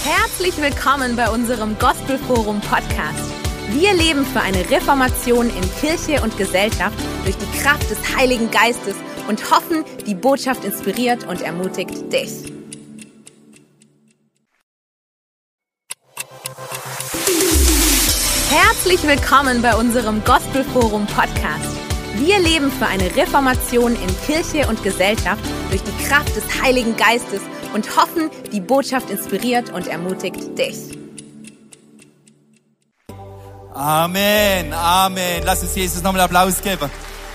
Herzlich willkommen bei unserem Gospelforum Podcast. Wir leben für eine Reformation in Kirche und Gesellschaft durch die Kraft des Heiligen Geistes und hoffen, die Botschaft inspiriert und ermutigt dich. Herzlich willkommen bei unserem Gospelforum Podcast. Wir leben für eine Reformation in Kirche und Gesellschaft durch die Kraft des Heiligen Geistes und hoffen, die Botschaft inspiriert und ermutigt dich. Amen, Amen. Lass uns Jesus nochmal Applaus geben.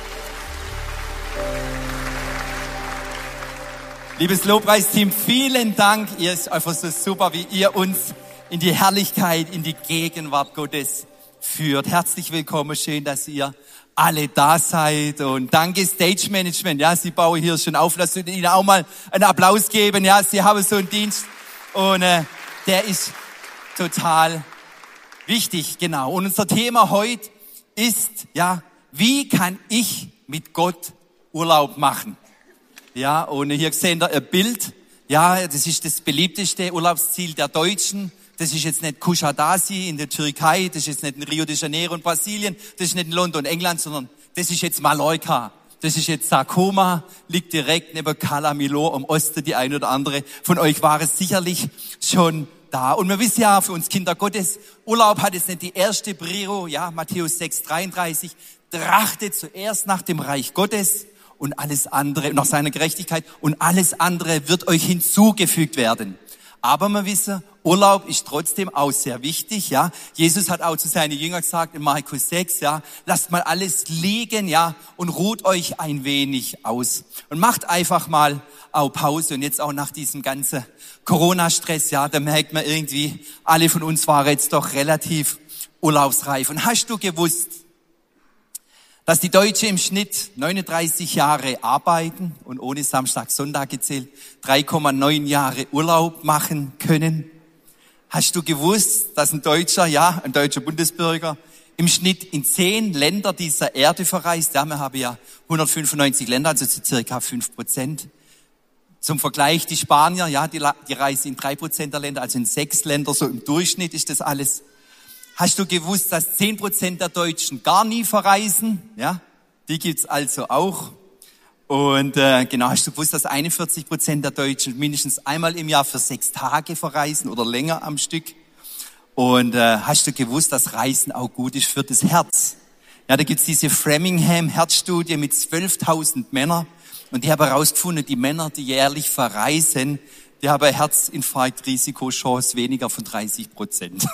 Liebes Lobpreisteam, vielen Dank. Ihr ist einfach so super, wie ihr uns in die Herrlichkeit, in die Gegenwart Gottes führt. Herzlich willkommen, schön, dass ihr alle da seid und danke Stage Management. Ja, sie bauen hier schon auf. Lasst uns ihnen auch mal einen Applaus geben. Ja, sie haben so einen Dienst und der ist total wichtig, genau. Und unser Thema heute ist, ja, wie kann ich mit Gott Urlaub machen? Ja, und hier seht ihr ein Bild. Ja, das ist das beliebteste Urlaubsziel der Deutschen. Das ist jetzt nicht Kushadasi in der Türkei, das ist jetzt nicht in Rio de Janeiro in Brasilien, das ist nicht in London, England, sondern das ist jetzt Mallorca. Das ist jetzt Sarcoma, liegt direkt neben Cala Milor im Osten. Die eine oder andere von euch war es sicherlich schon da. Und wir wissen ja, für uns Kinder Gottes, Urlaub hat jetzt nicht die erste Prio, ja, Matthäus 6,33, trachtet zuerst nach dem Reich Gottes und alles andere, nach seiner Gerechtigkeit und alles andere wird euch hinzugefügt werden. Aber wir wissen, Urlaub ist trotzdem auch sehr wichtig, ja. Jesus hat auch zu seinen Jüngern gesagt in Markus 6, ja, lasst mal alles liegen, ja, und ruht euch ein wenig aus. Und macht einfach mal auch Pause. Und jetzt auch nach diesem ganzen Corona-Stress, ja, da merkt man irgendwie, alle von uns waren jetzt doch relativ urlaubsreif. Und hast du gewusst, dass die Deutschen im Schnitt 39 Jahre arbeiten und ohne Samstag, Sonntag gezählt 3,9 Jahre Urlaub machen können? Hast du gewusst, dass ein deutscher Bundesbürger im Schnitt in 10 Länder dieser Erde verreist? Ja, wir haben ja 195 Länder, also so circa 5%. Zum Vergleich, die Spanier, ja, die reisen in 3% der Länder, also in 6 Länder, so im Durchschnitt ist das alles. Hast du gewusst, dass 10% der Deutschen gar nie verreisen? Ja, die gibt's also auch. Und genau, hast du gewusst, dass 41% der Deutschen mindestens einmal im Jahr für 6 Tage verreisen oder länger am Stück? Und hast du gewusst, dass Reisen auch gut ist für das Herz? Ja, da gibt's diese Framingham-Herzstudie mit 12.000 Männern. Und die haben herausgefunden, die Männer, die jährlich verreisen, die haben eine Herzinfarkt-Risikochance weniger von 30%.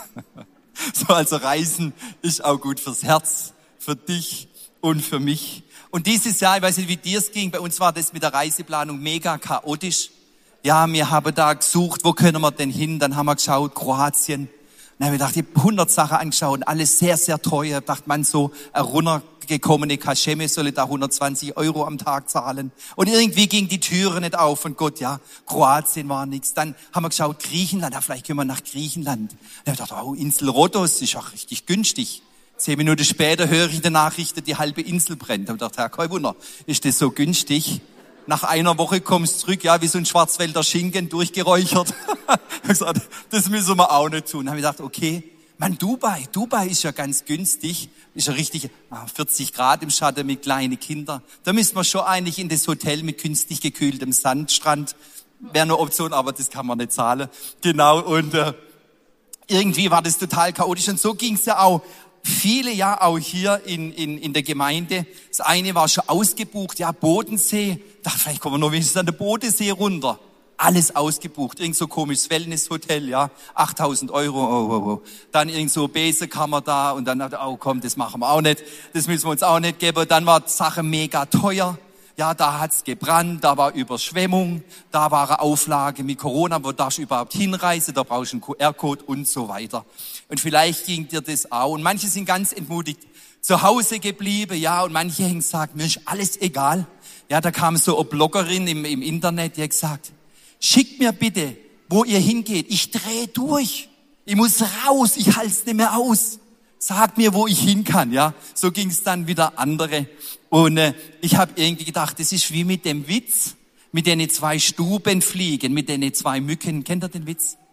So, also Reisen ist auch gut fürs Herz, für dich und für mich. Und dieses Jahr, ich weiß nicht, wie dir es ging, bei uns war das mit der Reiseplanung mega chaotisch. Ja, wir haben da gesucht, wo können wir denn hin? Dann haben wir geschaut, Kroatien. Dann haben wir gedacht, ich habe 100 Sachen angeschaut, alles sehr, sehr teuer. Ich dachte, man, so eine runtergekommene Kaschemme solle da 120 € am Tag zahlen. Und irgendwie ging die Türe nicht auf und Gott, ja, Kroatien war nichts. Dann haben wir geschaut, Griechenland, ja, vielleicht können wir nach Griechenland. Dann habe ich gedacht, oh, Insel Rhodos ist auch richtig günstig. 10 Minuten später höre ich in den Nachrichten, die halbe Insel brennt. Da habe ich gedacht, Herr, kein Wunder, ist das so günstig? Nach einer Woche kommst du zurück, ja, wie so ein Schwarzwälder Schinken durchgeräuchert. Ich habe gesagt, das müssen wir auch nicht tun. Da habe ich gedacht, okay, man, Dubai ist ja ganz günstig. Ist ja richtig 40 Grad im Schatten mit kleinen Kindern. Da müssen wir schon eigentlich in das Hotel mit künstlich gekühltem Sandstrand. Wäre eine Option, aber das kann man nicht zahlen. Genau, und irgendwie war das total chaotisch. Und so ging es ja auch viele ja auch hier in der Gemeinde. Das eine war schon ausgebucht, ja, Bodensee. Ich dachte, vielleicht kommen wir noch wenigstens an den Bodensee runter. Alles ausgebucht. Irgend so komisches Wellnesshotel, ja, 8.000 €. Oh. Dann irgend so Besenkammer da und dann dachte ich, oh komm, das machen wir auch nicht. Das müssen wir uns auch nicht geben. Dann war die Sache mega teuer. Ja, da hat's gebrannt, da war Überschwemmung, da war eine Auflage mit Corona, wo darfst du überhaupt hinreisen, da brauchst du einen QR-Code und so weiter. Und vielleicht ging dir das auch. Und manche sind ganz entmutigt zu Hause geblieben, ja, und manche haben gesagt, mir ist alles egal. Ja, da kam so eine Bloggerin im Internet, die hat gesagt, schickt mir bitte, wo ihr hingeht. Ich drehe durch. Ich muss raus, ich halte es nicht mehr aus. Sagt mir, wo ich hin kann, ja. So ging es dann wieder andere. Und ich habe irgendwie gedacht, das ist wie mit dem Witz, mit den 2 Stubenfliegen, mit den 2 Mücken. Kennt ihr den Witz?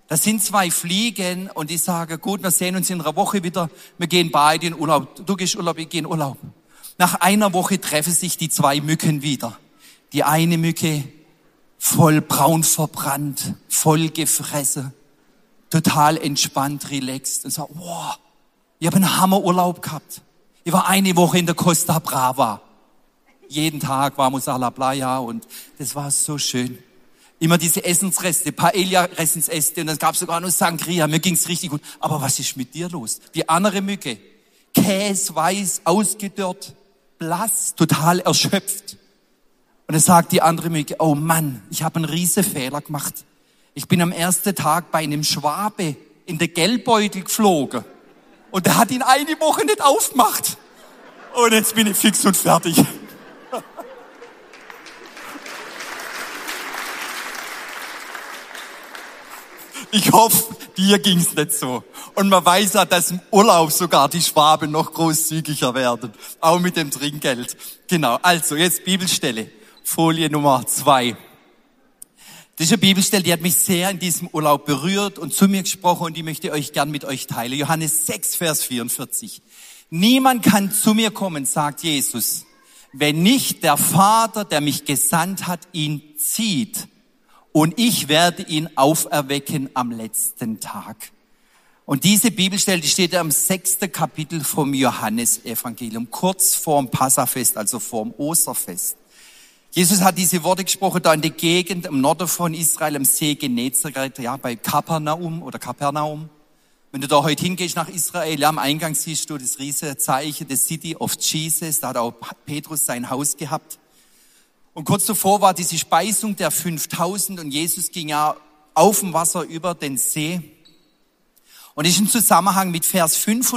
Das sind zwei Fliegen und die sagen, gut, wir sehen uns in einer Woche wieder, wir gehen beide in Urlaub. Du gehst Urlaub, ich gehe in Urlaub. Nach einer Woche treffen sich die zwei Mücken wieder. Die eine Mücke voll braun verbrannt, voll gefressen, total entspannt, relaxed und sagt, wow, ich habe einen Hammerurlaub gehabt. Ich war eine Woche in der Costa Brava. Jeden Tag Vamos a la Playa und das war so schön. Immer diese Essensreste, Paella-Essensäste und dann gab es sogar noch Sangria, mir ging's richtig gut. Aber was ist mit dir los? Die andere Mücke, käseweiß, ausgedörrt, blass, total erschöpft. Und dann sagt die andere Mücke, oh Mann, ich habe einen riesen Fehler gemacht. Ich bin am ersten Tag bei einem Schwabe in den Geldbeutel geflogen. Und der hat ihn eine Woche nicht aufgemacht. Und jetzt bin ich fix und fertig. Ich hoffe, dir ging's nicht so. Und man weiß ja, dass im Urlaub sogar die Schwaben noch großzügiger werden. Auch mit dem Trinkgeld. Genau. Also, jetzt Bibelstelle. Folie Nummer 2. Das ist eine Bibelstelle, die hat mich sehr in diesem Urlaub berührt und zu mir gesprochen und die möchte ich euch gern mit euch teilen. Johannes 6, Vers 44. Niemand kann zu mir kommen, sagt Jesus, wenn nicht der Vater, der mich gesandt hat, ihn zieht. Und ich werde ihn auferwecken am letzten Tag. Und diese Bibelstelle, die steht am 6. Kapitel vom Johannesevangelium, kurz vorm Passafest, also vorm Osterfest. Jesus hat diese Worte gesprochen da in der Gegend im Norden von Israel, am See Genezareth, ja, bei Kapernaum. Wenn du da heute hingehst nach Israel, ja, am Eingang siehst du das riesige Zeichen, the City of Jesus, da hat auch Petrus sein Haus gehabt. Und kurz zuvor war diese Speisung der 5000 und Jesus ging ja auf dem Wasser über den See. Und ist im Zusammenhang mit Vers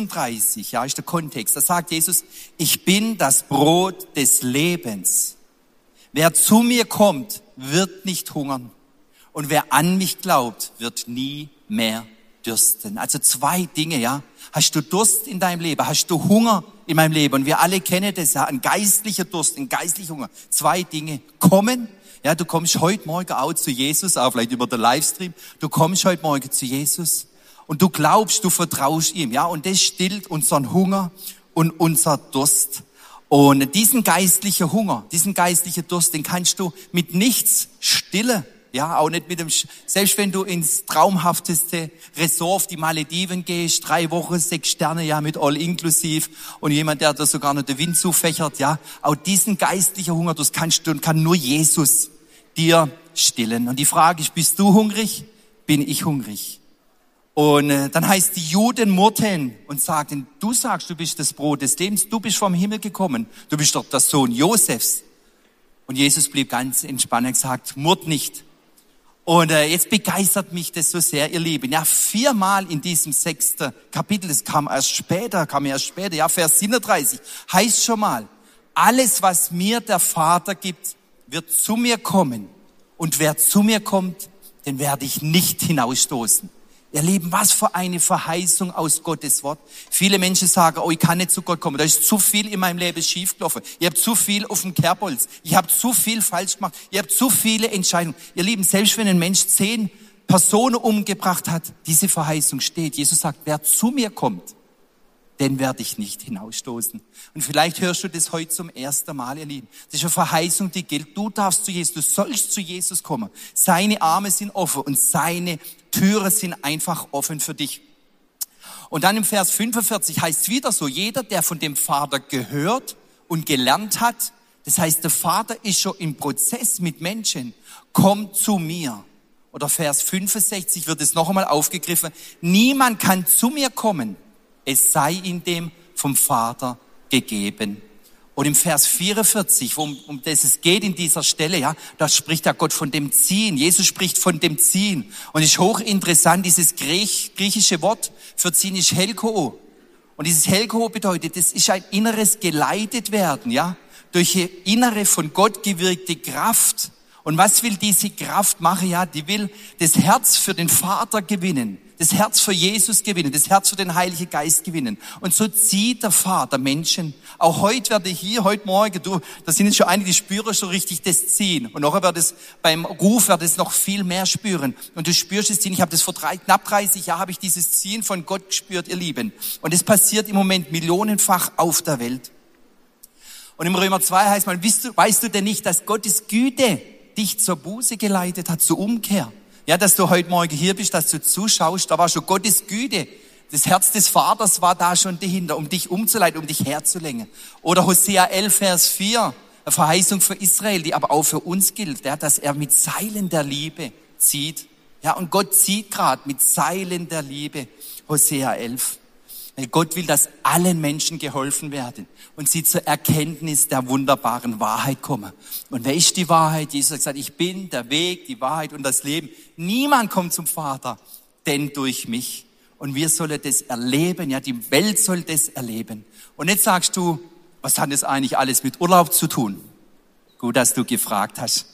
35, ja, ist der Kontext. Da sagt Jesus, ich bin das Brot des Lebens. Wer zu mir kommt, wird nicht hungern. Und wer an mich glaubt, wird nie mehr dürsten. Also zwei Dinge, ja. Hast du Durst in deinem Leben? Hast du Hunger in meinem Leben? Und wir alle kennen das, ja. Ein geistlicher Durst, ein geistlicher Hunger. Zwei Dinge. Kommen. Ja, du kommst heute Morgen auch zu Jesus, auch vielleicht über den Livestream. Du kommst heute Morgen zu Jesus. Und du glaubst, du vertraust ihm, ja. Und das stillt unseren Hunger und unser Durst. Und diesen geistlichen Hunger, diesen geistlichen Durst, den kannst du mit nichts stillen. Ja, auch nicht mit dem, selbst wenn du ins traumhafteste Resort, die Malediven gehst, 3 Wochen, 6 Sterne, ja, mit all inklusiv und jemand, der da sogar noch den Wind zufächert, ja, auch diesen geistlichen Hunger, das kannst du und kann nur Jesus dir stillen. Und die Frage ist, bist du hungrig? Bin ich hungrig? Und dann heißt, die Juden murrten und sagten, du sagst, du bist das Brot des Lebens, du bist vom Himmel gekommen, du bist doch der Sohn Josefs. Und Jesus blieb ganz entspannt und gesagt, murrt nicht. Und jetzt begeistert mich das so sehr, ihr Lieben. Ja, 4-mal in diesem 6. Kapitel, das kam erst später, ja, Vers 37, heißt schon mal, alles, was mir der Vater gibt, wird zu mir kommen. Und wer zu mir kommt, den werde ich nicht hinausstoßen. Ihr Lieben, was für eine Verheißung aus Gottes Wort. Viele Menschen sagen, oh, ich kann nicht zu Gott kommen. Da ist zu viel in meinem Leben schiefgelaufen. Ich habe zu viel auf dem Kerbholz. Ich habe zu viel falsch gemacht. Ich habe zu viele Entscheidungen. Ihr Lieben, selbst wenn ein Mensch 10 Personen umgebracht hat, diese Verheißung steht. Jesus sagt, wer zu mir kommt, den werde ich nicht hinausstoßen. Und vielleicht hörst du das heute zum ersten Mal, ihr Lieben. Das ist eine Verheißung, die gilt. Du darfst zu Jesus, du sollst zu Jesus kommen. Seine Arme sind offen und seine Türen sind einfach offen für dich. Und dann im Vers 45 heißt es wieder so, jeder, der von dem Vater gehört und gelernt hat, das heißt, der Vater ist schon im Prozess mit Menschen, kommt zu mir. Oder Vers 65 wird es noch einmal aufgegriffen. Niemand kann zu mir kommen, es sei ihm dem vom Vater gegeben. Und im Vers 44, um das es geht in dieser Stelle, ja, da spricht ja Gott von dem Ziehen. Jesus spricht von dem Ziehen. Und es ist hochinteressant, dieses griechische Wort für Ziehen ist Helko. Und dieses Helko bedeutet, das ist ein inneres geleitet werden, ja, durch eine innere von Gott gewirkte Kraft. Und was will diese Kraft machen? Ja, die will das Herz für den Vater gewinnen, das Herz für Jesus gewinnen, das Herz für den Heiligen Geist gewinnen. Und so zieht der Vater Menschen. Auch heute heute Morgen, da sind jetzt schon einige, die spüren so richtig das Ziehen. Und nachher wird es beim Ruf noch viel mehr spüren. Und du spürst es Ziehen. Ich habe das vor knapp 30 Jahren, habe ich dieses Ziehen von Gott gespürt, ihr Lieben. Und es passiert im Moment millionenfach auf der Welt. Und im Römer 2 heißt man, weißt du denn nicht, dass Gottes Güte dich zur Buße geleitet hat, zur Umkehr? Ja, dass du heute Morgen hier bist, dass du zuschaust, da war schon Gottes Güte. Das Herz des Vaters war da schon dahinter, um dich umzuleiten, um dich herzulenken. Oder Hosea 11, Vers 4, eine Verheißung für Israel, die aber auch für uns gilt, ja, dass er mit Seilen der Liebe zieht. Ja, und Gott zieht gerade mit Seilen der Liebe. Hosea 11. Weil Gott will, dass allen Menschen geholfen werden und sie zur Erkenntnis der wunderbaren Wahrheit kommen. Und wer ist die Wahrheit? Jesus hat gesagt, ich bin der Weg, die Wahrheit und das Leben. Niemand kommt zum Vater, denn durch mich. Und wir sollen das erleben, ja, die Welt soll das erleben. Und jetzt sagst du, was hat das eigentlich alles mit Urlaub zu tun? Gut, dass du gefragt hast.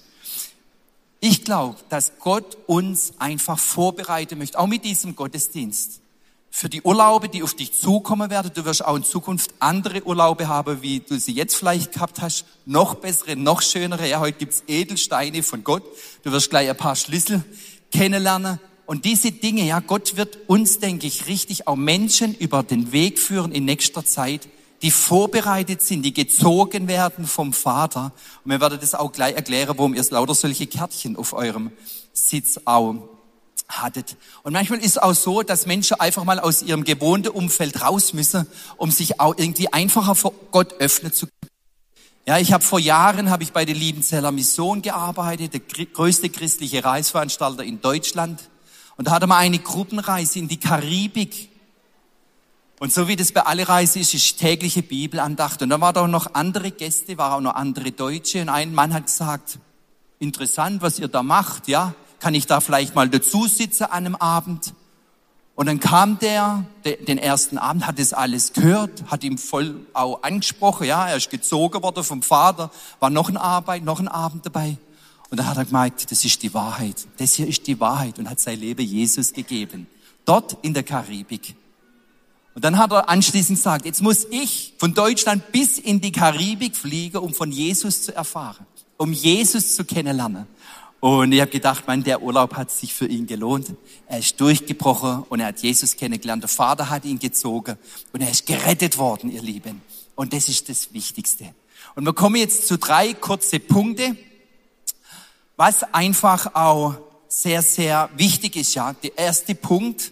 Ich glaube, dass Gott uns einfach vorbereiten möchte, auch mit diesem Gottesdienst. Für die Urlaube, die auf dich zukommen werden. Du wirst auch in Zukunft andere Urlaube haben, wie du sie jetzt vielleicht gehabt hast. Noch bessere, noch schönere. Ja, heute gibt's Edelsteine von Gott. Du wirst gleich ein paar Schlüssel kennenlernen. Und diese Dinge, ja, Gott wird uns, denke ich, richtig auch Menschen über den Weg führen in nächster Zeit, die vorbereitet sind, die gezogen werden vom Vater. Und wir werden das auch gleich erklären, warum ihr lauter solche Kärtchen auf eurem Sitz auch hattet. Und manchmal ist es auch so, dass Menschen einfach mal aus ihrem gewohnten Umfeld raus müssen, um sich auch irgendwie einfacher vor Gott öffnen zu können. Ja, vor Jahren habe ich bei der Liebenzeller Mission gearbeitet, der größte christliche Reisveranstalter in Deutschland. Und da hatte man eine Gruppenreise in die Karibik. Und so wie das bei alle Reisen ist tägliche Bibelandacht. Und da waren auch noch andere Gäste, waren auch noch andere Deutsche. Und ein Mann hat gesagt, interessant, was ihr da macht, ja. Kann ich da vielleicht mal dazu sitzen an einem Abend? Und dann kam den ersten Abend, hat das alles gehört, hat ihm voll auch angesprochen, ja, er ist gezogen worden vom Vater, war noch eine Arbeit, noch ein Abend dabei. Und dann hat er gemerkt, das ist die Wahrheit, das hier ist die Wahrheit und hat sein Leben Jesus gegeben. Dort in der Karibik. Und dann hat er anschließend gesagt, jetzt muss ich von Deutschland bis in die Karibik fliegen, um von Jesus zu erfahren, um Jesus zu kennenlernen. Und ich habe gedacht, der Urlaub hat sich für ihn gelohnt. Er ist durchgebrochen und er hat Jesus kennengelernt. Der Vater hat ihn gezogen und er ist gerettet worden, ihr Lieben. Und das ist das Wichtigste. Und wir kommen jetzt zu 3 kurze Punkte, was einfach auch sehr, sehr wichtig ist. Ja, der erste Punkt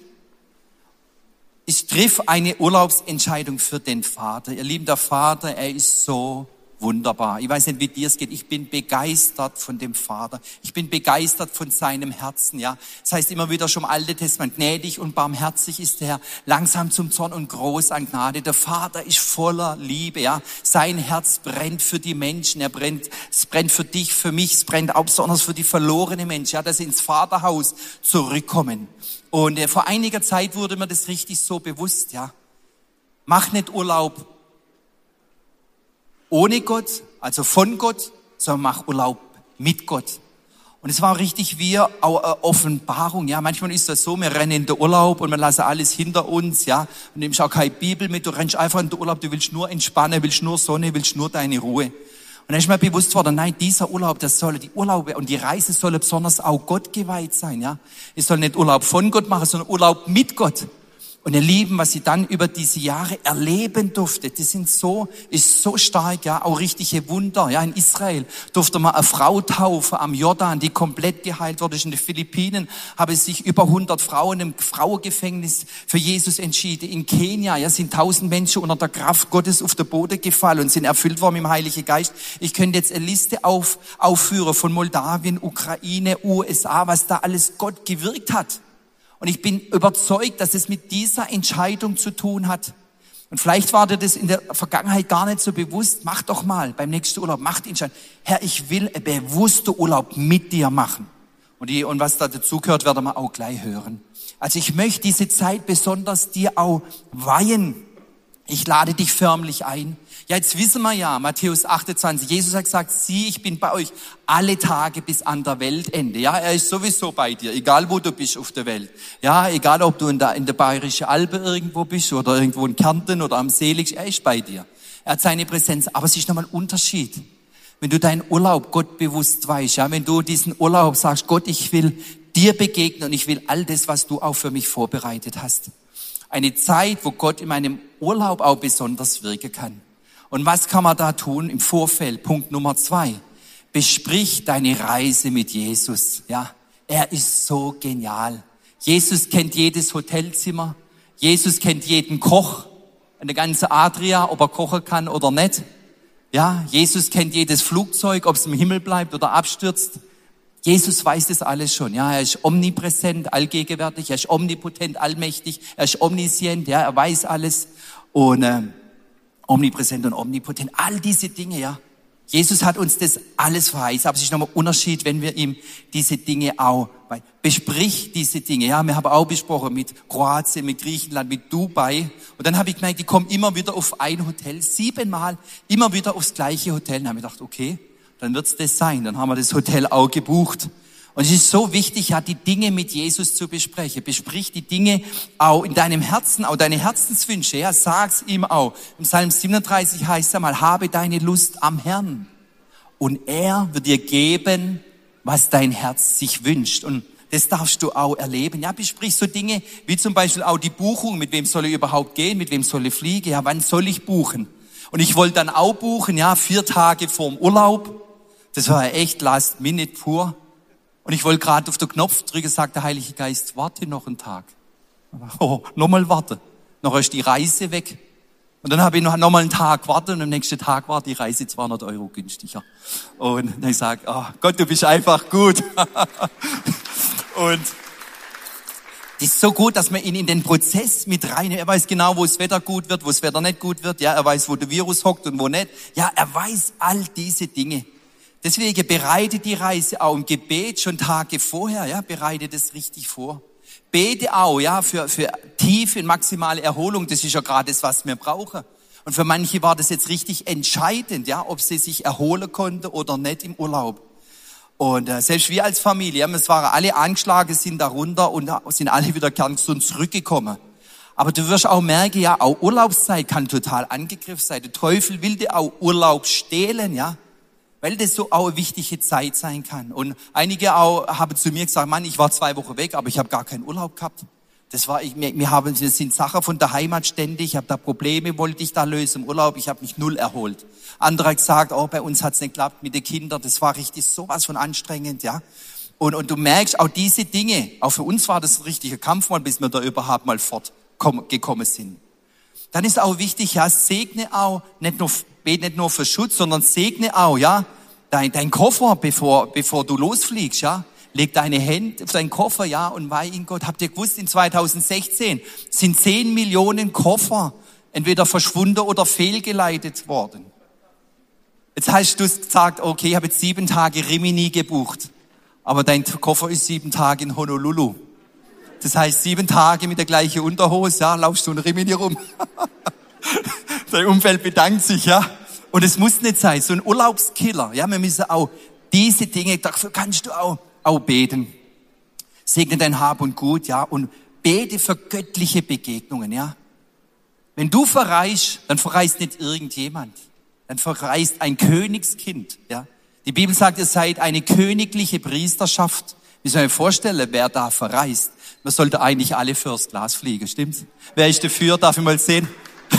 ist, triff eine Urlaubsentscheidung für den Vater. Ihr Lieben, der Vater, er ist so wunderbar. Ich weiß nicht, wie dir es geht. Ich bin begeistert von dem Vater. Ich bin begeistert von seinem Herzen, ja. Das heißt immer wieder schon im Alten Testament, gnädig und barmherzig ist der Herr, langsam zum Zorn und groß an Gnade. Der Vater ist voller Liebe, ja. Sein Herz brennt für die Menschen. Es brennt für dich, für mich. Es brennt auch besonders für die verlorenen Menschen, ja, dass sie ins Vaterhaus zurückkommen. Und vor einiger Zeit wurde mir das richtig so bewusst, ja. Mach nicht Urlaub ohne Gott, also von Gott, sondern mach Urlaub mit Gott. Und es war richtig wie auch eine Offenbarung, ja. Manchmal ist das so, wir rennen in den Urlaub und wir lassen alles hinter uns, ja. Und nimmst auch keine Bibel mit, du rennst einfach in den Urlaub, du willst nur entspannen, willst nur Sonne, willst nur deine Ruhe. Und dann ist mir bewusst worden, nein, dieser Urlaub, die Urlaube und die Reise soll besonders auch Gott geweiht sein, ja. Ich soll nicht Urlaub von Gott machen, sondern Urlaub mit Gott. Und ihr Lieben, was ich dann über diese Jahre erleben durfte, ist so stark, ja, auch richtige Wunder. Ja, in Israel durfte man eine Frau taufen am Jordan, die komplett geheilt wurde. In den Philippinen haben sich über 100 Frauen im Frauengefängnis für Jesus entschieden. In Kenia, ja, sind 1000 Menschen unter der Kraft Gottes auf den Boden gefallen und sind erfüllt worden mit dem Heiligen Geist. Ich könnte jetzt eine Liste aufführen von Moldawien, Ukraine, USA, was da alles Gott gewirkt hat. Und ich bin überzeugt, dass es mit dieser Entscheidung zu tun hat. Und vielleicht war dir das in der Vergangenheit gar nicht so bewusst. Mach doch mal beim nächsten Urlaub, mach die Entscheidung. Herr, ich will einen bewussten Urlaub mit dir machen. Und was da dazugehört, werden wir auch gleich hören. Also ich möchte diese Zeit besonders dir auch weihen. Ich lade dich förmlich ein. Ja, jetzt wissen wir ja, Matthäus 28, Jesus hat gesagt, sieh, ich bin bei euch alle Tage bis an der Weltende. Ja, er ist sowieso bei dir, egal wo du bist auf der Welt. Ja, egal ob du in der Bayerischen Alpe irgendwo bist oder irgendwo in Kärnten oder am See liegst, er ist bei dir. Er hat seine Präsenz, aber es ist nochmal ein Unterschied. Wenn du deinen Urlaub Gott bewusst weißt, ja, wenn du diesen Urlaub sagst, Gott, ich will dir begegnen und ich will all das, was du auch für mich vorbereitet hast. Eine Zeit, wo Gott in meinem Urlaub auch besonders wirken kann. Und was kann man da tun im Vorfeld? Punkt Nummer 2. Besprich deine Reise mit Jesus. Ja, er ist so genial. Jesus kennt jedes Hotelzimmer. Jesus kennt jeden Koch. Eine ganze Adria, ob er kochen kann oder nicht. Ja, Jesus kennt jedes Flugzeug, ob es im Himmel bleibt oder abstürzt. Jesus weiß das alles schon. Ja, er ist omnipräsent, allgegenwärtig. Er ist omnipotent, allmächtig. Er ist omniscient. Ja, er weiß alles. Und omnipräsent und omnipotent, all diese Dinge, ja. Jesus hat uns das alles verheißen, aber es ist nochmal ein Unterschied, wenn wir ihm diese Dinge auch, besprich diese Dinge, ja. Wir haben auch besprochen mit Kroatien, mit Griechenland, mit Dubai. Und dann habe ich gemerkt, die kommen immer wieder auf ein Hotel, 7-mal, immer wieder aufs gleiche Hotel. Dann habe ich gedacht, okay, dann wird's das sein. Dann haben wir das Hotel auch gebucht. Und es ist so wichtig, ja, die Dinge mit Jesus zu besprechen. Besprich die Dinge auch in deinem Herzen, auch deine Herzenswünsche. Ja, sag's ihm auch. Im Psalm 37 heißt es einmal, habe deine Lust am Herrn. Und er wird dir geben, was dein Herz sich wünscht. Und das darfst du auch erleben. Ja, besprich so Dinge wie zum Beispiel auch die Buchung. Mit wem soll ich überhaupt gehen? Mit wem soll ich fliegen? Ja, wann soll ich buchen? Und ich wollte dann auch buchen, ja, 4 Tage vorm Urlaub. Das war echt last minute pur. Und ich wollte gerade auf den Knopf drücken, sagt der Heilige Geist, warte noch einen Tag. Oh, nochmal warten. Noch ist die Reise weg. Und dann habe ich noch mal einen Tag gewartet und am nächsten Tag war die Reise 200 € günstiger. Und dann ich sage, oh Gott, du bist einfach gut. Und das ist so gut, dass man ihn in den Prozess mit rein, er weiß genau, wo das Wetter gut wird, wo das Wetter nicht gut wird. Ja, er weiß, wo der Virus hockt und wo nicht. Ja, er weiß all diese Dinge. Deswegen bereite die Reise auch im Gebet schon Tage vorher, ja, bereite das richtig vor. Bete auch, ja, für tiefe und maximale Erholung, das ist ja gerade das, was wir brauchen. Und für manche war das jetzt richtig entscheidend, ja, ob sie sich erholen konnten oder nicht im Urlaub. Und selbst wir als Familie, ja, es waren alle angeschlagen, sind da runter und sind alle wieder gern zu uns zurückgekommen. Aber du wirst auch merken, ja, auch Urlaubszeit kann total angegriffen sein. Der Teufel will dir auch Urlaub stehlen, ja. Weil das so auch eine wichtige Zeit sein kann. Und einige auch haben zu mir gesagt, Mann, ich war 2 Wochen weg, aber ich habe gar keinen Urlaub gehabt. Wir sind Sachen von der Heimat ständig, ich habe da Probleme, wollte ich da lösen im Urlaub, ich habe mich 0 erholt. Andere haben gesagt, oh, bei uns hat's nicht geklappt mit den Kindern, das war richtig sowas von anstrengend, ja. Und du merkst auch diese Dinge, auch für uns war das ein richtiger Kampf mal, bis wir da überhaupt mal fortgekommen sind. Dann ist auch wichtig, ja, segne auch, bete nicht nur für Schutz, sondern segne auch, ja, dein Koffer, bevor du losfliegst, ja. Leg deine Hände auf deinen Koffer, ja, und weih ihn Gott. Habt ihr gewusst, in 2016 sind 10 Millionen Koffer entweder verschwunden oder fehlgeleitet worden. Jetzt hast du gesagt, okay, ich habe jetzt 7 Tage Rimini gebucht, aber dein Koffer ist 7 Tage in Honolulu. Das heißt, 7 Tage mit der gleichen Unterhose, ja, laufst du in Rimini rum. Dein Umfeld bedankt sich, ja. Und es muss nicht sein, so ein Urlaubskiller, ja, wir müssen auch diese Dinge, dafür kannst du auch beten. Segne dein Hab und Gut, ja, und bete für göttliche Begegnungen, ja. Wenn du verreist, dann verreist nicht irgendjemand. Dann verreist ein Königskind, ja. Die Bibel sagt, ihr seid eine königliche Priesterschaft. Wie soll ich mir vorstellen, wer da verreist? Man sollte eigentlich alle First Class fliegen, stimmt's? Wer ist dafür? Darf ich mal sehen?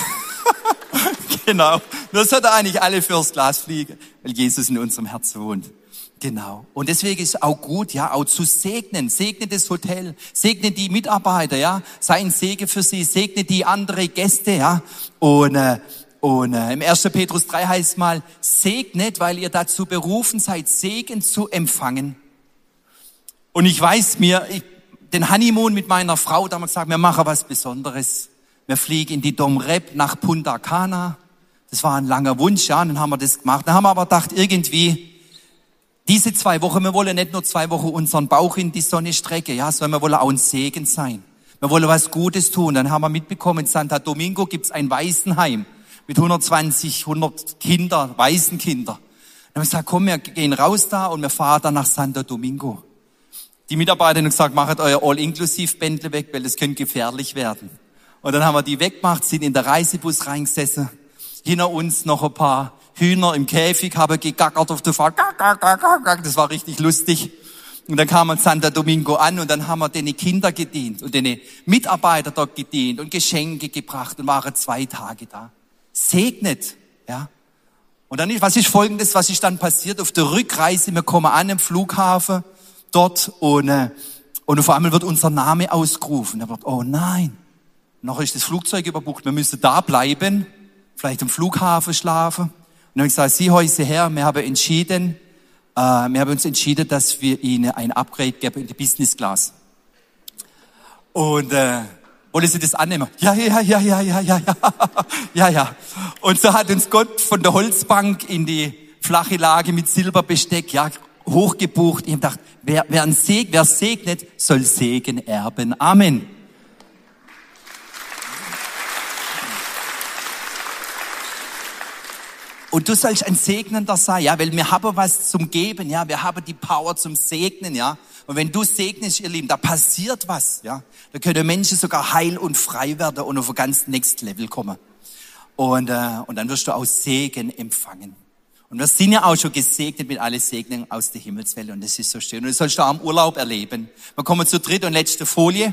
Genau. Wir sollten eigentlich alle First Class fliegen, weil Jesus in unserem Herzen wohnt. Genau. Und deswegen ist es auch gut, ja, auch zu segnen. Segne das Hotel, segne die Mitarbeiter, ja. Sei ein Segen für sie, segne die andere Gäste, ja. Und im 1. Petrus 3 heißt mal, segnet, weil ihr dazu berufen seid, Segen zu empfangen. Und ich weiß den Honeymoon mit meiner Frau, damals gesagt, wir machen was Besonderes. Wir fliegen in die Dom Rep nach Punta Cana. Das war ein langer Wunsch, ja, und dann haben wir das gemacht. Dann haben wir aber gedacht, irgendwie, diese 2 Wochen, wir wollen nicht nur 2 Wochen unseren Bauch in die Sonne strecken, ja, sondern wir wollen auch ein Segen sein. Wir wollen was Gutes tun. Dann haben wir mitbekommen, in Santo Domingo gibt's ein Waisenheim, mit 100 Kinder, Waisenkinder. Dann haben wir gesagt, komm, wir gehen raus da und wir fahren dann nach Santo Domingo. Die Mitarbeiter haben gesagt, macht euer All-Inklusiv-Bändle weg, weil das könnte gefährlich werden. Und dann haben wir die weggemacht, sind in der Reisebus reingesessen. Hinter uns noch ein paar Hühner im Käfig, haben gegackert auf der Fahrt. Das war richtig lustig. Und dann kam man Santo Domingo an und dann haben wir den Kindern gedient und den Mitarbeiter dort gedient und Geschenke gebracht und waren 2 Tage da. Segnet, ja. Und dann, was ist Folgendes, was ist dann passiert? Auf der Rückreise, wir kommen an im Flughafen dort und auf einmal wird unser Name ausgerufen. Da wird, oh nein, noch ist das Flugzeug überbucht, wir müssen da bleiben, vielleicht am Flughafen schlafen. Und dann habe ich gesagt, Sie heute her, wir haben uns entschieden, dass wir Ihnen ein Upgrade geben in die Business Class. Und wollen Sie das annehmen? Ja. Und so hat uns Gott von der Holzbank in die flache Lage mit Silberbesteck, ja, hochgebucht. Ich habe gedacht, wer segnet, soll Segen erben. Amen. Und du sollst ein Segnender sein, ja, weil wir haben was zum Geben, ja, wir haben die Power zum Segnen, ja. Und wenn du segnest, ihr Lieben, da passiert was, ja. Da können Menschen sogar heil und frei werden und auf ein ganz Next Level kommen. Und dann wirst du auch Segen empfangen. Und wir sind ja auch schon gesegnet mit allen Segnungen aus der Himmelswelt und das ist so schön. Und das sollst du auch im Urlaub erleben. Wir kommen zur dritten und letzten Folie.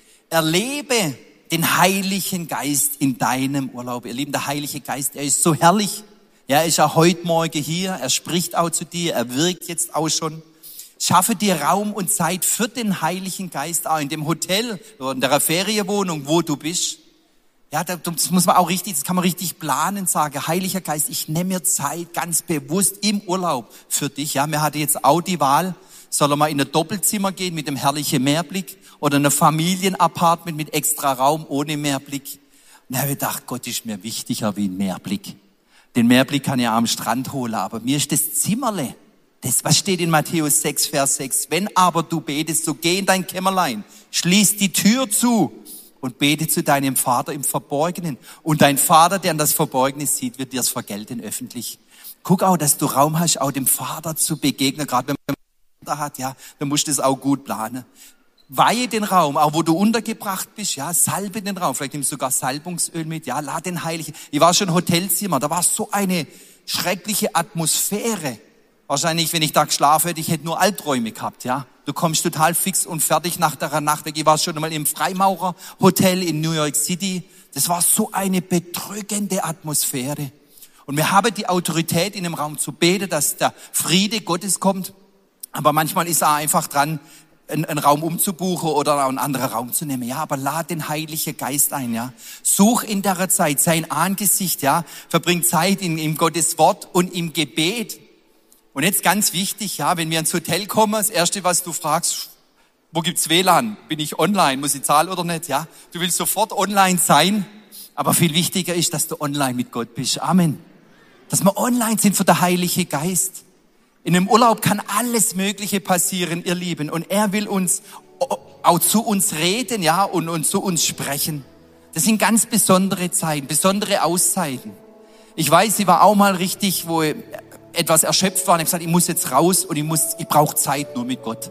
Erlebe den Heiligen Geist in deinem Urlaub. Ihr Lieben, der Heilige Geist, er ist so herrlich. Ja, er ist ja heute Morgen hier, er spricht auch zu dir, er wirkt jetzt auch schon. Schaffe dir Raum und Zeit für den Heiligen Geist, auch in dem Hotel oder in der Ferienwohnung, wo du bist. Ja, das muss man auch richtig, das kann man richtig planen, sagen, Heiliger Geist, ich nehme mir Zeit ganz bewusst im Urlaub für dich. Ja, mir hatte jetzt auch die Wahl, soll er mal in ein Doppelzimmer gehen mit dem herrlichen Meerblick oder in ein Familienapartment mit extra Raum ohne Meerblick. Und da habe ich gedacht, Gott ist mir wichtiger wie ein Meerblick. Den Meerblick kann ich am Strand holen, aber mir ist das Zimmerle, das, was steht in Matthäus 6, Vers 6, wenn aber du betest, so geh in dein Kämmerlein, schließ die Tür zu und bete zu deinem Vater im Verborgenen. Und dein Vater, der an das Verborgene sieht, wird dir es vergelten öffentlich. Guck auch, dass du Raum hast, auch dem Vater zu begegnen, gerade wenn man Kinder hat, ja, dann musst du das auch gut planen. Weihe den Raum, auch wo du untergebracht bist, ja, salbe den Raum, vielleicht nimmst du sogar Salbungsöl mit, ja, lad den Heiligen. Ich war schon im Hotelzimmer, da war so eine schreckliche Atmosphäre. Wahrscheinlich, wenn ich da geschlafen hätte, ich hätte nur Albträume gehabt, ja. Du kommst total fix und fertig nach der Nacht weg. Ich war schon einmal im Freimaurerhotel in New York City. Das war so eine bedrückende Atmosphäre. Und wir haben die Autorität in dem Raum zu beten, dass der Friede Gottes kommt. Aber manchmal ist er einfach dran, einen Raum umzubuchen oder einen anderen Raum zu nehmen. Ja, aber lad den Heiligen Geist ein, ja. Such in der Zeit sein Angesicht, ja. Verbring Zeit in Gottes Wort und im Gebet. Und jetzt ganz wichtig, ja, wenn wir ins Hotel kommen, das Erste, was du fragst, wo gibt's WLAN? Bin ich online? Muss ich zahlen oder nicht? Ja, du willst sofort online sein. Aber viel wichtiger ist, dass du online mit Gott bist. Amen. Dass wir online sind für den Heiligen Geist. In einem Urlaub kann alles Mögliche passieren, ihr Lieben. Und er will uns auch zu uns reden, ja, und zu uns sprechen. Das sind ganz besondere Zeiten, besondere Auszeiten. Ich weiß, ich war auch mal richtig, wo ich etwas erschöpft war und ich gesagt, ich muss jetzt raus und ich brauche Zeit nur mit Gott.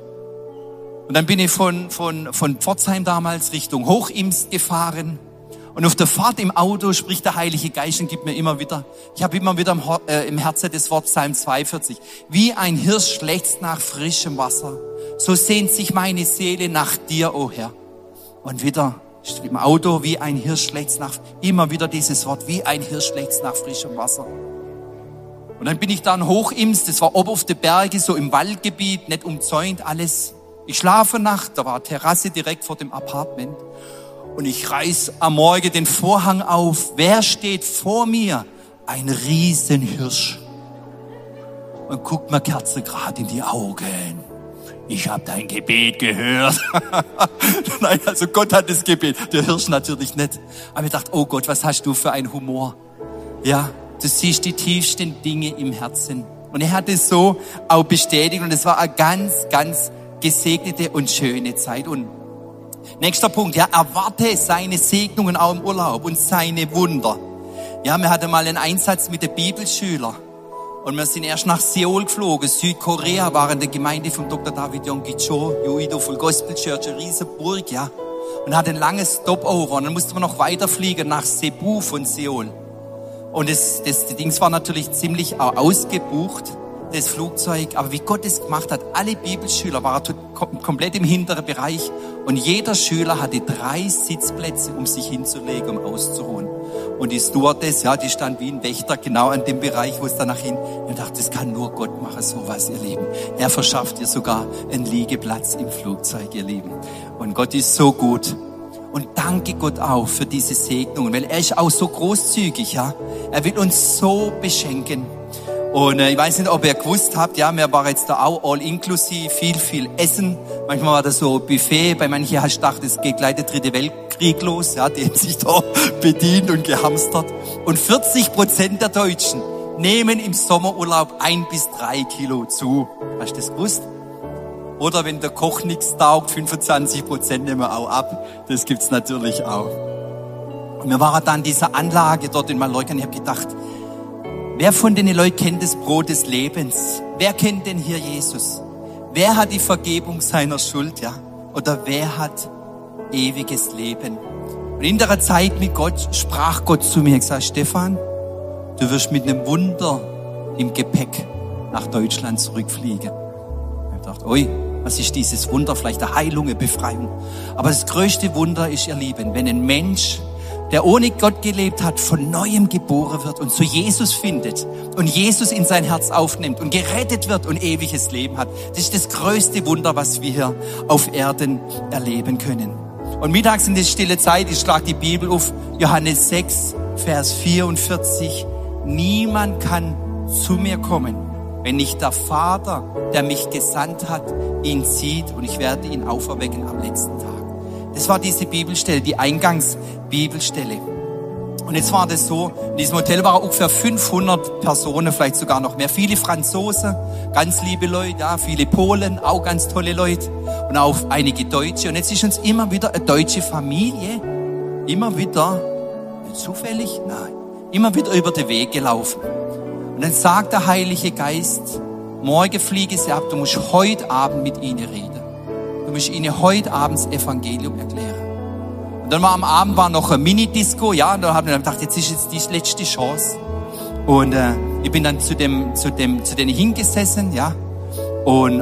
Und dann bin ich von Pforzheim damals Richtung Hochimst gefahren. Und auf der Fahrt im Auto spricht der Heilige Geist und gibt mir immer wieder, ich habe immer wieder im Herzen das Wort Psalm 42. Wie ein Hirsch lechzt nach frischem Wasser, so sehnt sich meine Seele nach dir, o Herr. Und wieder im Auto, wie ein Hirsch lechzt immer wieder dieses Wort, wie ein Hirsch lechzt nach frischem Wasser. Und dann bin ich dann Hochimst, das war oben auf den Bergen, so im Waldgebiet, nicht umzäunt alles. Ich schlafe Nacht, da war eine Terrasse direkt vor dem Apartment. Und ich reiß am Morgen den Vorhang auf. Wer steht vor mir? Ein Riesenhirsch. Und guckt mir kerzengerade in die Augen. Ich habe dein Gebet gehört. Nein, also Gott hat das Gebet. Der Hirsch natürlich nicht. Aber ich dachte, oh Gott, was hast du für einen Humor? Ja, du siehst die tiefsten Dinge im Herzen. Und er hat es so auch bestätigt. Und es war eine ganz, ganz gesegnete und schöne Zeit. Und nächster Punkt, ja, erwarte seine Segnungen auch im Urlaub und seine Wunder. Ja, wir hatten mal einen Einsatz mit den Bibelschülern. Und wir sind erst nach Seoul geflogen. Südkorea war in der Gemeinde von Dr. David Yonggi Cho, Yoido Full Gospel Church, eine riesen Burg, ja. Und hatte ein langes Stopover. Und dann musste man noch weiterfliegen nach Cebu von Seoul. Und das Ding war natürlich ziemlich auch ausgebucht, das Flugzeug. Aber wie Gott es gemacht hat, alle Bibelschüler waren komplett im hinteren Bereich. Und jeder Schüler hatte 3 Sitzplätze, um sich hinzulegen, um auszuruhen. Und die Stewardess, ja, die stand wie ein Wächter genau an dem Bereich, wo es danach hin. Und ich dachte, das kann nur Gott machen, sowas, ihr Lieben. Er verschafft ihr sogar einen Liegeplatz im Flugzeug, ihr Lieben. Und Gott ist so gut. Und danke Gott auch für diese Segnungen, weil er ist auch so großzügig, ja. Er will uns so beschenken. Und ich weiß nicht, ob ihr gewusst habt, ja, wir waren jetzt da auch all inklusiv, viel Essen. Manchmal war das so Buffet, bei manchen hast du gedacht, es geht gleich der 3. Weltkrieg los, ja, die haben sich da bedient und gehamstert. Und 40% der Deutschen nehmen im Sommerurlaub 1 bis 3 Kilo zu. Hast du das gewusst? Oder wenn der Koch nichts taugt, 25% nehmen wir auch ab. Das gibt's natürlich auch. Und wir waren dann in dieser Anlage dort in Mallorca und ich habe gedacht, wer von den Leuten kennt das Brot des Lebens? Wer kennt denn hier Jesus? Wer hat die Vergebung seiner Schuld, ja? Oder wer hat ewiges Leben? Und in der Zeit mit Gott sprach Gott zu mir, gesagt, Stefan, du wirst mit einem Wunder im Gepäck nach Deutschland zurückfliegen. Ich dachte, oi, was ist dieses Wunder? Vielleicht eine Heilung, eine Befreiung. Aber das größte Wunder ist, ihr Lieben, wenn ein Mensch, der ohne Gott gelebt hat, von Neuem geboren wird und zu Jesus findet und Jesus in sein Herz aufnimmt und gerettet wird und ewiges Leben hat. Das ist das größte Wunder, was wir hier auf Erden erleben können. Und mittags in der stille Zeit, ich schlage die Bibel auf, Johannes 6, Vers 44. Niemand kann zu mir kommen, wenn nicht der Vater, der mich gesandt hat, ihn zieht und ich werde ihn auferwecken am letzten Tag. Das war diese Bibelstelle, die Eingangsbibelstelle. Und jetzt war das so, in diesem Hotel waren ungefähr 500 Personen, vielleicht sogar noch mehr. Viele Franzosen, ganz liebe Leute, ja, viele Polen, auch ganz tolle Leute. Und auch einige Deutsche. Und jetzt ist uns immer wieder eine deutsche Familie, immer wieder, zufällig? Nein, immer wieder über den Weg gelaufen. Und dann sagt der Heilige Geist, morgen fliege sie ab, du musst heute Abend mit ihnen reden. Du musst ihnen heute Abend das Evangelium erklären. Und dann war am Abend noch ein Mini-Disco, ja, und da haben wir gedacht, jetzt ist die letzte Chance. Und ich bin dann zu denen hingesessen, ja, und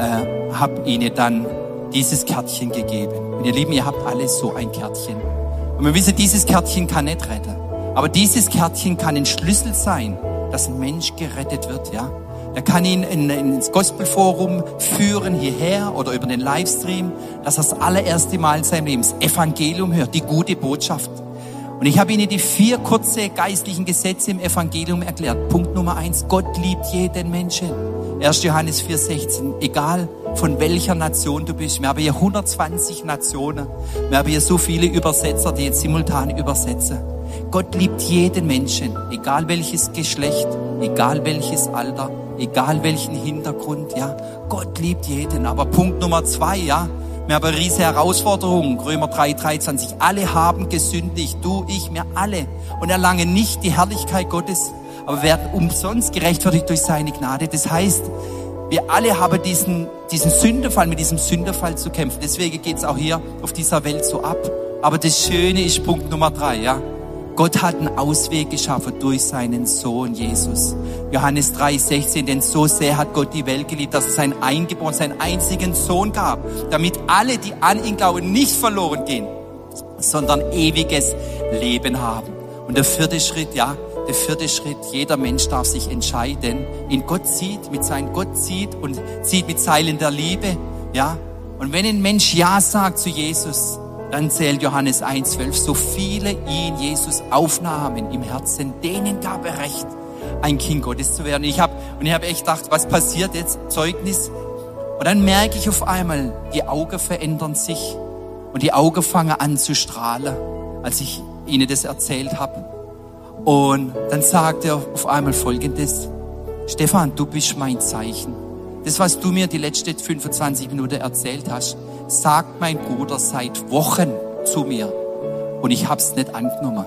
habe ihnen dann dieses Kärtchen gegeben. Und ihr Lieben, ihr habt alle so ein Kärtchen. Und wir wissen, dieses Kärtchen kann nicht retten. Aber dieses Kärtchen kann ein Schlüssel sein, dass ein Mensch gerettet wird, ja. Er kann ihn ins Gospelforum führen, hierher oder über den Livestream, dass er das allererste Mal in seinem Leben das Evangelium hört, die gute Botschaft. Und ich habe Ihnen die 4 kurze geistlichen Gesetze im Evangelium erklärt. Punkt Nummer 1, Gott liebt jeden Menschen. 1. Johannes 4,16, egal von welcher Nation du bist. Wir haben hier 120 Nationen. Wir haben hier so viele Übersetzer, die jetzt simultan übersetzen. Gott liebt jeden Menschen, egal welches Geschlecht, egal welches Alter, egal welchen Hintergrund, ja. Gott liebt jeden. Aber Punkt Nummer 2, ja. Wir haben eine riesige Herausforderung. Römer 3,23. Alle haben gesündigt. Du, ich, wir alle. Und erlangen nicht die Herrlichkeit Gottes, aber werden umsonst gerechtfertigt durch seine Gnade. Das heißt, wir alle haben diesen Sündenfall, mit diesem Sündenfall zu kämpfen. Deswegen geht's auch hier auf dieser Welt so ab. Aber das Schöne ist Punkt Nummer 3, ja. Gott hat einen Ausweg geschaffen durch seinen Sohn Jesus. Johannes 3,16, denn so sehr hat Gott die Welt geliebt, dass es seinen einzigen Sohn gab, damit alle, die an ihn glauben, nicht verloren gehen, sondern ewiges Leben haben. Und der 4. Schritt, jeder Mensch darf sich entscheiden, in Gott zieht, mit seinem Gott zieht und zieht mit Seilen der Liebe, ja. Und wenn ein Mensch Ja sagt zu Jesus, dann zählt Johannes 1,12, so viele ihn, Jesus, aufnahmen im Herzen, denen gab er Recht, ein Kind Gottes zu werden. Ich habe echt gedacht, was passiert jetzt? Zeugnis. Und dann merke ich auf einmal, die Augen verändern sich und die Augen fangen an zu strahlen, als ich ihnen das erzählt habe. Und dann sagt er auf einmal Folgendes: Stefan, du bist mein Zeichen. Das, was du mir die letzten 25 Minuten erzählt hast, sagt mein Bruder seit Wochen zu mir. Und ich hab's nicht angenommen.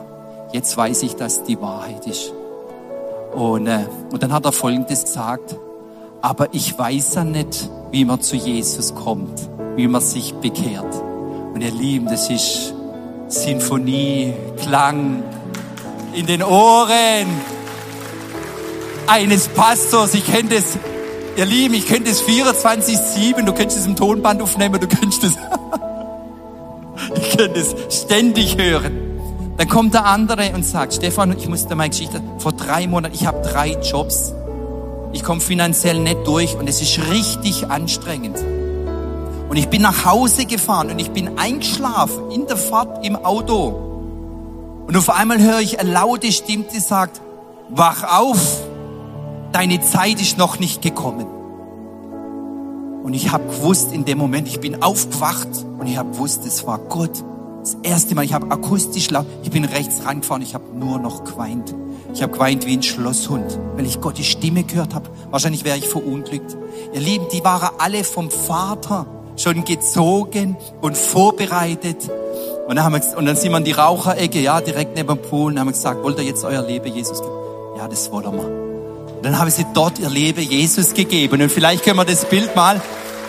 jetzt weiß ich, dass die Wahrheit ist. Und dann hat er Folgendes gesagt: Aber ich weiß ja nicht, wie man zu Jesus kommt, wie man sich bekehrt. Und ihr Lieben, das ist Sinfonie, Klang in den Ohren eines Pastors. Ich kenne das, ihr Lieben, ich könnte das 24/7, du könntest es im Tonband aufnehmen, du könntest es, ich könnte es ständig hören. Dann kommt der andere und sagt: Stefan, ich muss dir meine Geschichte, vor 3 Monaten, ich habe 3 Jobs, ich komme finanziell nicht durch und es ist richtig anstrengend. Und ich bin nach Hause gefahren und ich bin eingeschlafen in der Fahrt im Auto. Und auf einmal höre ich eine laute Stimme, die sagt: Wach auf, deine Zeit ist noch nicht gekommen. Und ich habe gewusst in dem Moment, ich bin aufgewacht und ich habe gewusst, es war Gott. Das erste Mal, ich habe akustisch laut, ich bin rechts rangefahren, ich habe nur noch geweint. Ich habe geweint wie ein Schlosshund, weil ich Gottes Stimme gehört habe. Wahrscheinlich wäre ich verunglückt. Ihr Lieben, die waren alle vom Vater schon gezogen und vorbereitet. Und dann sind wir in die Raucherecke, ja, direkt neben dem Pool, und haben gesagt: Wollt ihr jetzt euer Leben Jesus geben? Ja, das wollen wir. Und dann haben sie dort ihr Leben Jesus gegeben. Und vielleicht können wir das Bild mal.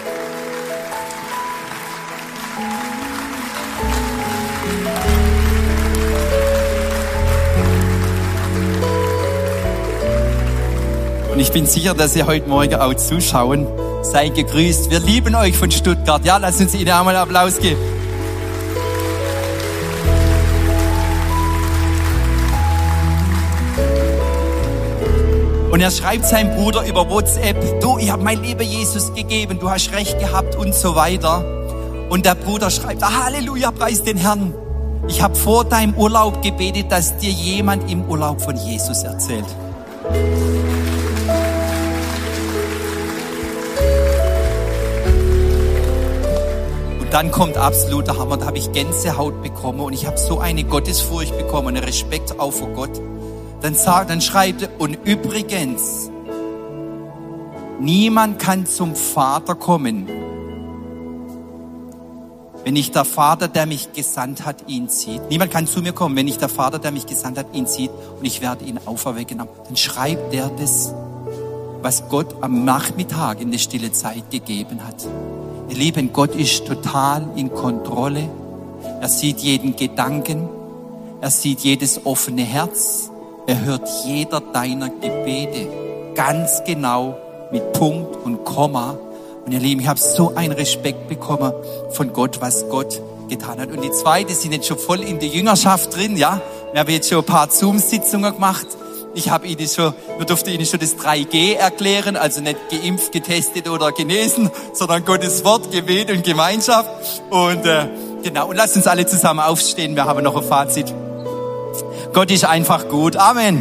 Und ich bin sicher, dass Sie heute Morgen auch zuschauen. Seid gegrüßt. Wir lieben euch von Stuttgart. Ja, lasst uns Ihnen einmal einen Applaus geben. Und er schreibt seinem Bruder über WhatsApp: Du, ich habe mein Leben Jesus gegeben, du hast recht gehabt und so weiter. Und der Bruder schreibt: Halleluja, preis den Herrn. Ich habe vor deinem Urlaub gebetet, dass dir jemand im Urlaub von Jesus erzählt. Und dann kommt absoluter Hammer, da habe ich Gänsehaut bekommen und ich habe so eine Gottesfurcht bekommen, einen Respekt auch vor Gott. Dann schreibt er: Und übrigens, niemand kann zum Vater kommen, wenn nicht der Vater, der mich gesandt hat, ihn zieht. Niemand kann zu mir kommen, wenn nicht der Vater, der mich gesandt hat, ihn zieht, und ich werde ihn auferwecken. Dann schreibt er das, was Gott am Nachmittag in der stille Zeit gegeben hat. Ihr Lieben, Gott ist total in Kontrolle. Er sieht jeden Gedanken. Er sieht jedes offene Herz. Er hört jeder deiner Gebete ganz genau mit Punkt und Komma. Und ihr Lieben, ich habe so einen Respekt bekommen von Gott, was Gott getan hat. Und die zweite, sind jetzt schon voll in der Jüngerschaft drin, ja. Wir haben jetzt schon ein paar Zoom-Sitzungen gemacht. Wir durften Ihnen schon das 3G erklären, also nicht geimpft, getestet oder genesen, sondern Gottes Wort, Gebet und Gemeinschaft. Und genau, und lasst uns alle zusammen aufstehen, wir haben noch ein Fazit. Gott ist einfach gut. Amen.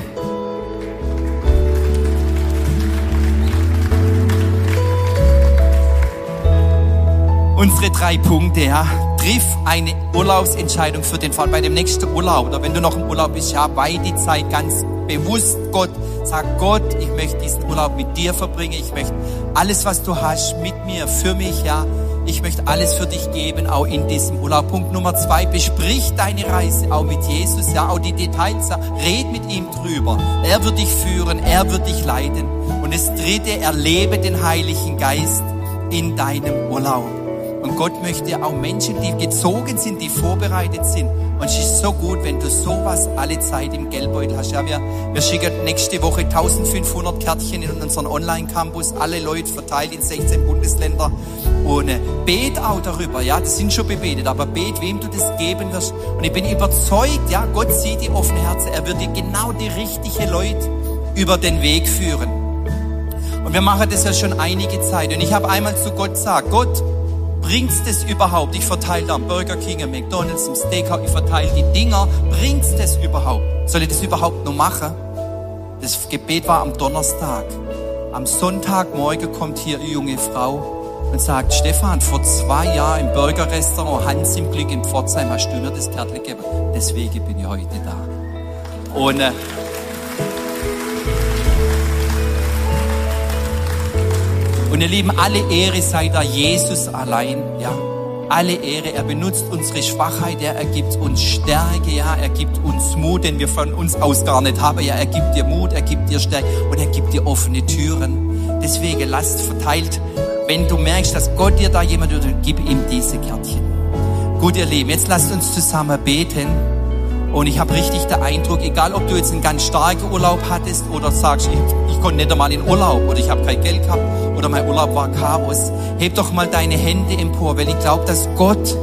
Unsere 3 Punkte, ja. Triff eine Urlaubsentscheidung für den Fall bei dem nächsten Urlaub. Oder wenn du noch im Urlaub bist, ja, weih die Zeit ganz bewusst Gott. Sag: Gott, ich möchte diesen Urlaub mit dir verbringen. Ich möchte alles, was du hast, mit mir, für mich, ja. Ich möchte alles für dich geben, auch in diesem Urlaub. Punkt Nummer 2, besprich deine Reise auch mit Jesus, ja, auch die Details, red mit ihm drüber. Er wird dich führen, er wird dich leiten. Und das 3, erlebe den Heiligen Geist in deinem Urlaub. Und Gott möchte auch Menschen, die gezogen sind, die vorbereitet sind. Und es ist so gut, wenn du sowas alle Zeit im Geldbeutel hast. Ja, wir schicken nächste Woche 1500 Kärtchen in unseren Online-Campus, alle Leute verteilt in 16 Bundesländer. Und bet auch darüber, ja, das sind schon bebetet, aber bet, wem du das geben wirst. Und ich bin überzeugt, ja, Gott sieht die offenen Herzen, er wird dir genau die richtigen Leute über den Weg führen. Und wir machen das ja schon einige Zeit. Und ich habe einmal zu Gott gesagt: Gott, bringt's das überhaupt? Ich verteile da Burger King, McDonald's, im Steakhouse, ich verteile die Dinger. Bringt's das überhaupt? Soll ich das überhaupt noch machen? Das Gebet war am Donnerstag. Am Sonntagmorgen kommt hier eine junge Frau und sagt: Stefan, vor 2 Jahren im Burgerrestaurant Hans im Glück in Pforzheim hast du mir das Kärtchen gegeben. Deswegen bin ich heute da. Und ihr Lieben, alle Ehre sei da Jesus allein, ja. alle Ehre. Er benutzt unsere Schwachheit, ja, er gibt uns Stärke, ja, er gibt uns Mut, den wir von uns aus gar nicht haben. Ja, er gibt dir Mut, er gibt dir Stärke und er gibt dir offene Türen. Deswegen lasst verteilt, wenn du merkst, dass Gott dir da jemand tut, gib ihm diese Kärtchen. Gut, ihr Lieben, jetzt lasst uns zusammen beten. Und ich habe richtig den Eindruck, egal ob du jetzt einen ganz starken Urlaub hattest oder sagst, ich konnte nicht einmal in Urlaub oder ich habe kein Geld gehabt oder mein Urlaub war Chaos, heb doch mal deine Hände empor, weil ich glaube, dass Gott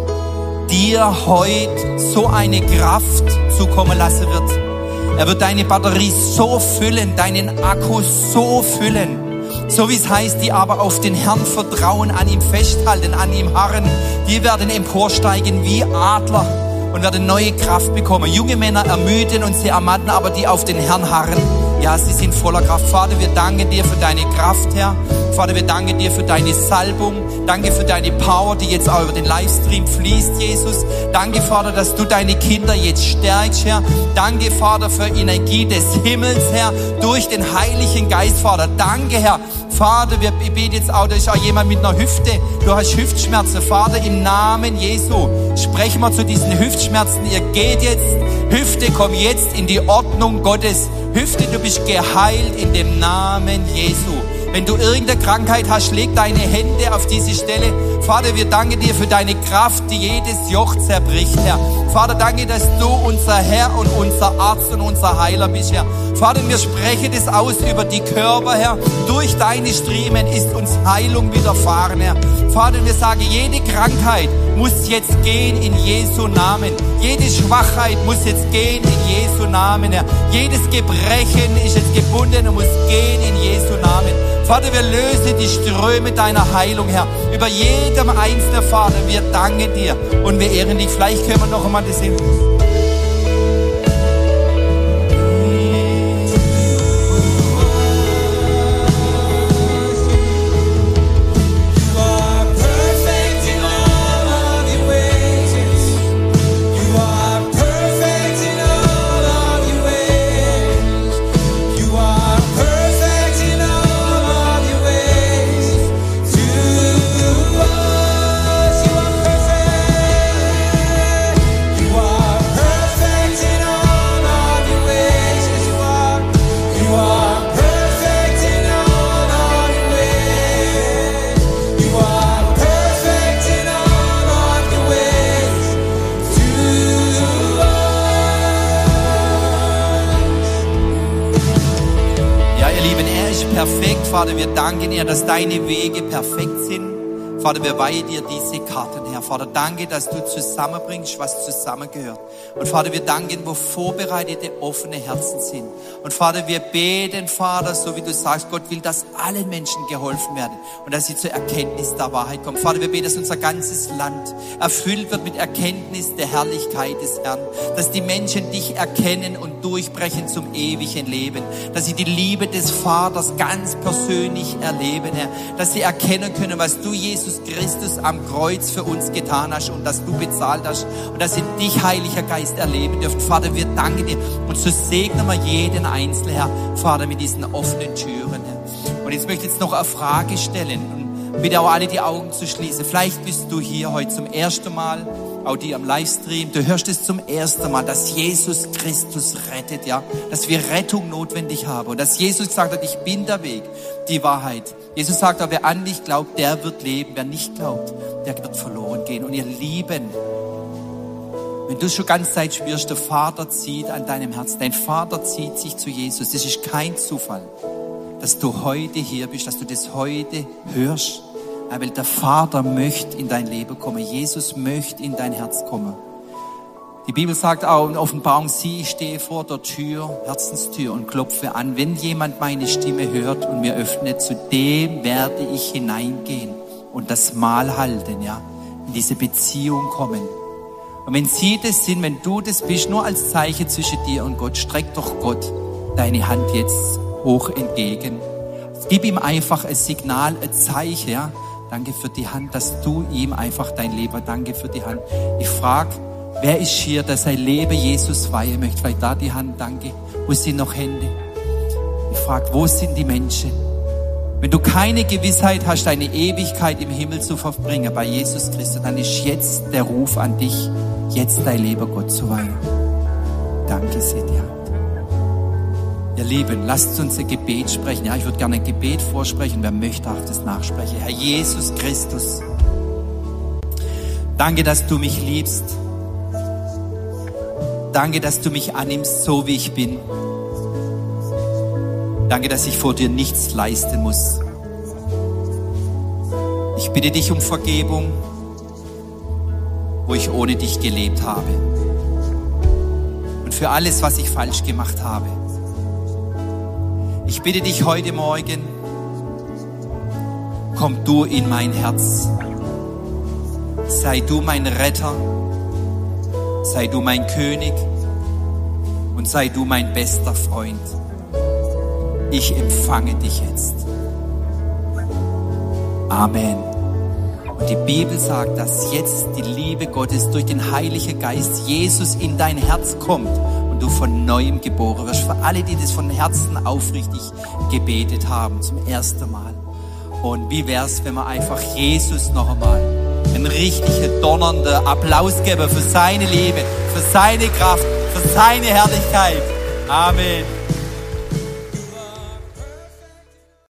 dir heute so eine Kraft zukommen lassen wird. Er wird deine Batterie so füllen, deinen Akku so füllen, so wie es heißt, die aber auf den Herrn vertrauen, an ihm festhalten, an ihm harren, die werden emporsteigen wie Adler und werden neue Kraft bekommen. Junge Männer ermüden und sie ermatten, aber die auf den Herrn harren, ja, sie sind voller Kraft. Vater, wir danken dir für deine Kraft, Herr. Vater, wir danken dir für deine Salbung. Danke für deine Power, die jetzt auch über den Livestream fließt, Jesus. Danke, Vater, dass du deine Kinder jetzt stärkst, Herr. Danke, Vater, für Energie des Himmels, Herr, durch den Heiligen Geist, Vater. Danke, Herr. Vater, wir beten jetzt auch, da ist auch jemand mit einer Hüfte. Du hast Hüftschmerzen. Vater, im Namen Jesu sprechen wir zu diesen Hüftschmerzen. Ihr geht jetzt. Hüfte, komm jetzt in die Ordnung Gottes. Hüfte, du bist geheilt in dem Namen Jesu. Wenn du irgendeine Krankheit hast, leg deine Hände auf diese Stelle. Vater, wir danken dir für deine Kraft, die jedes Joch zerbricht, Herr. Vater, danke, dass du unser Herr und unser Arzt und unser Heiler bist, Herr. Vater, wir sprechen das aus über die Körper, Herr. Durch deine Striemen ist uns Heilung widerfahren, Herr. Vater, wir sagen, jede Krankheit muss jetzt gehen in Jesu Namen. Jede Schwachheit muss jetzt gehen in Jesu Namen, Herr. Jedes Gebrechen ist jetzt gebunden und muss gehen in Jesu Namen. Vater, wir lösen die Ströme deiner Heilung, Herr, über jedem einzelnen, Vater. Wir danken dir und wir ehren dich. Vielleicht können wir noch einmal das sehen. Perfekt, Vater, wir danken dir, dass deine Wege perfekt sind. Vater, wir weihen dir diese Karten, Herr. Vater, danke, dass du zusammenbringst, was zusammengehört. Und Vater, wir danken, wo vorbereitete, offene Herzen sind. Und Vater, wir beten, Vater, so wie du sagst, Gott will, dass allen Menschen geholfen werden und dass sie zur Erkenntnis der Wahrheit kommen. Vater, wir beten, dass unser ganzes Land erfüllt wird mit Erkenntnis der Herrlichkeit des Herrn. Dass die Menschen dich erkennen und durchbrechen zum ewigen Leben. Dass sie die Liebe des Vaters ganz persönlich erleben, Herr. Dass sie erkennen können, was du, Jesus Christus, am Kreuz für uns getan hast und dass du bezahlt hast und dass sie dich, Heiliger Geist, erleben dürfen. Vater, wir danken dir und so segnen wir jeden Einzelnen, Herr, Vater, mit diesen offenen Türen, Herr. Und jetzt möchte ich jetzt noch eine Frage stellen und bitte auch alle die Augen zu schließen. Vielleicht bist du hier heute zum ersten Mal, auch die am Livestream, du hörst es zum ersten Mal, dass Jesus Christus rettet, ja, dass wir Rettung notwendig haben und dass Jesus gesagt hat, ich bin der Weg, die Wahrheit. Jesus sagt, aber wer an dich glaubt, der wird leben, wer nicht glaubt, der wird verloren gehen. Und ihr Lieben, wenn du schon ganz Zeit spürst, der Vater zieht an deinem Herzen, dein Vater zieht sich zu Jesus, das ist kein Zufall, dass du heute hier bist, dass du das heute hörst. Weil der Vater möchte in dein Leben kommen. Jesus möchte in dein Herz kommen. Die Bibel sagt auch in Offenbarung, sieh, ich stehe vor der Tür, Herzenstür und klopfe an. Wenn jemand meine Stimme hört und mir öffnet, zu dem werde ich hineingehen und das Mahl halten, ja, in diese Beziehung kommen. Und wenn sie das sind, wenn du das bist, nur als Zeichen zwischen dir und Gott, streck doch Gott deine Hand jetzt hoch entgegen. Gib ihm einfach ein Signal, ein Zeichen, ja. Danke für die Hand, dass du ihm einfach dein Leben, danke für die Hand. Ich frage, wer ist hier, der sein Leben Jesus weihen möchte? Vielleicht da die Hand, danke. Wo sind noch Hände? Ich frage, wo sind die Menschen? Wenn du keine Gewissheit hast, deine Ewigkeit im Himmel zu verbringen bei Jesus Christus, dann ist jetzt der Ruf an dich, jetzt dein Leben Gott zu weihen. Danke, seht ihr. Ihr Lieben, lasst uns ein Gebet sprechen. Ja, ich würde gerne ein Gebet vorsprechen. Wer möchte, darf das nachsprechen. Herr Jesus Christus, danke, dass du mich liebst. Danke, dass du mich annimmst, so wie ich bin. Danke, dass ich vor dir nichts leisten muss. Ich bitte dich um Vergebung, wo ich ohne dich gelebt habe. Und für alles, was ich falsch gemacht habe. Ich bitte dich heute Morgen, komm du in mein Herz. Sei du mein Retter, sei du mein König und sei du mein bester Freund. Ich empfange dich jetzt. Amen. Und die Bibel sagt, dass jetzt die Liebe Gottes durch den Heiligen Geist Jesus in dein Herz kommt und du von Neuem geboren wirst. Für alle, die das von Herzen aufrichtig gebetet haben, zum ersten Mal. Und wie wär's, wenn wir einfach Jesus noch einmal einen richtigen, donnernden Applaus geben für seine Liebe, für seine Kraft, für seine Herrlichkeit. Amen.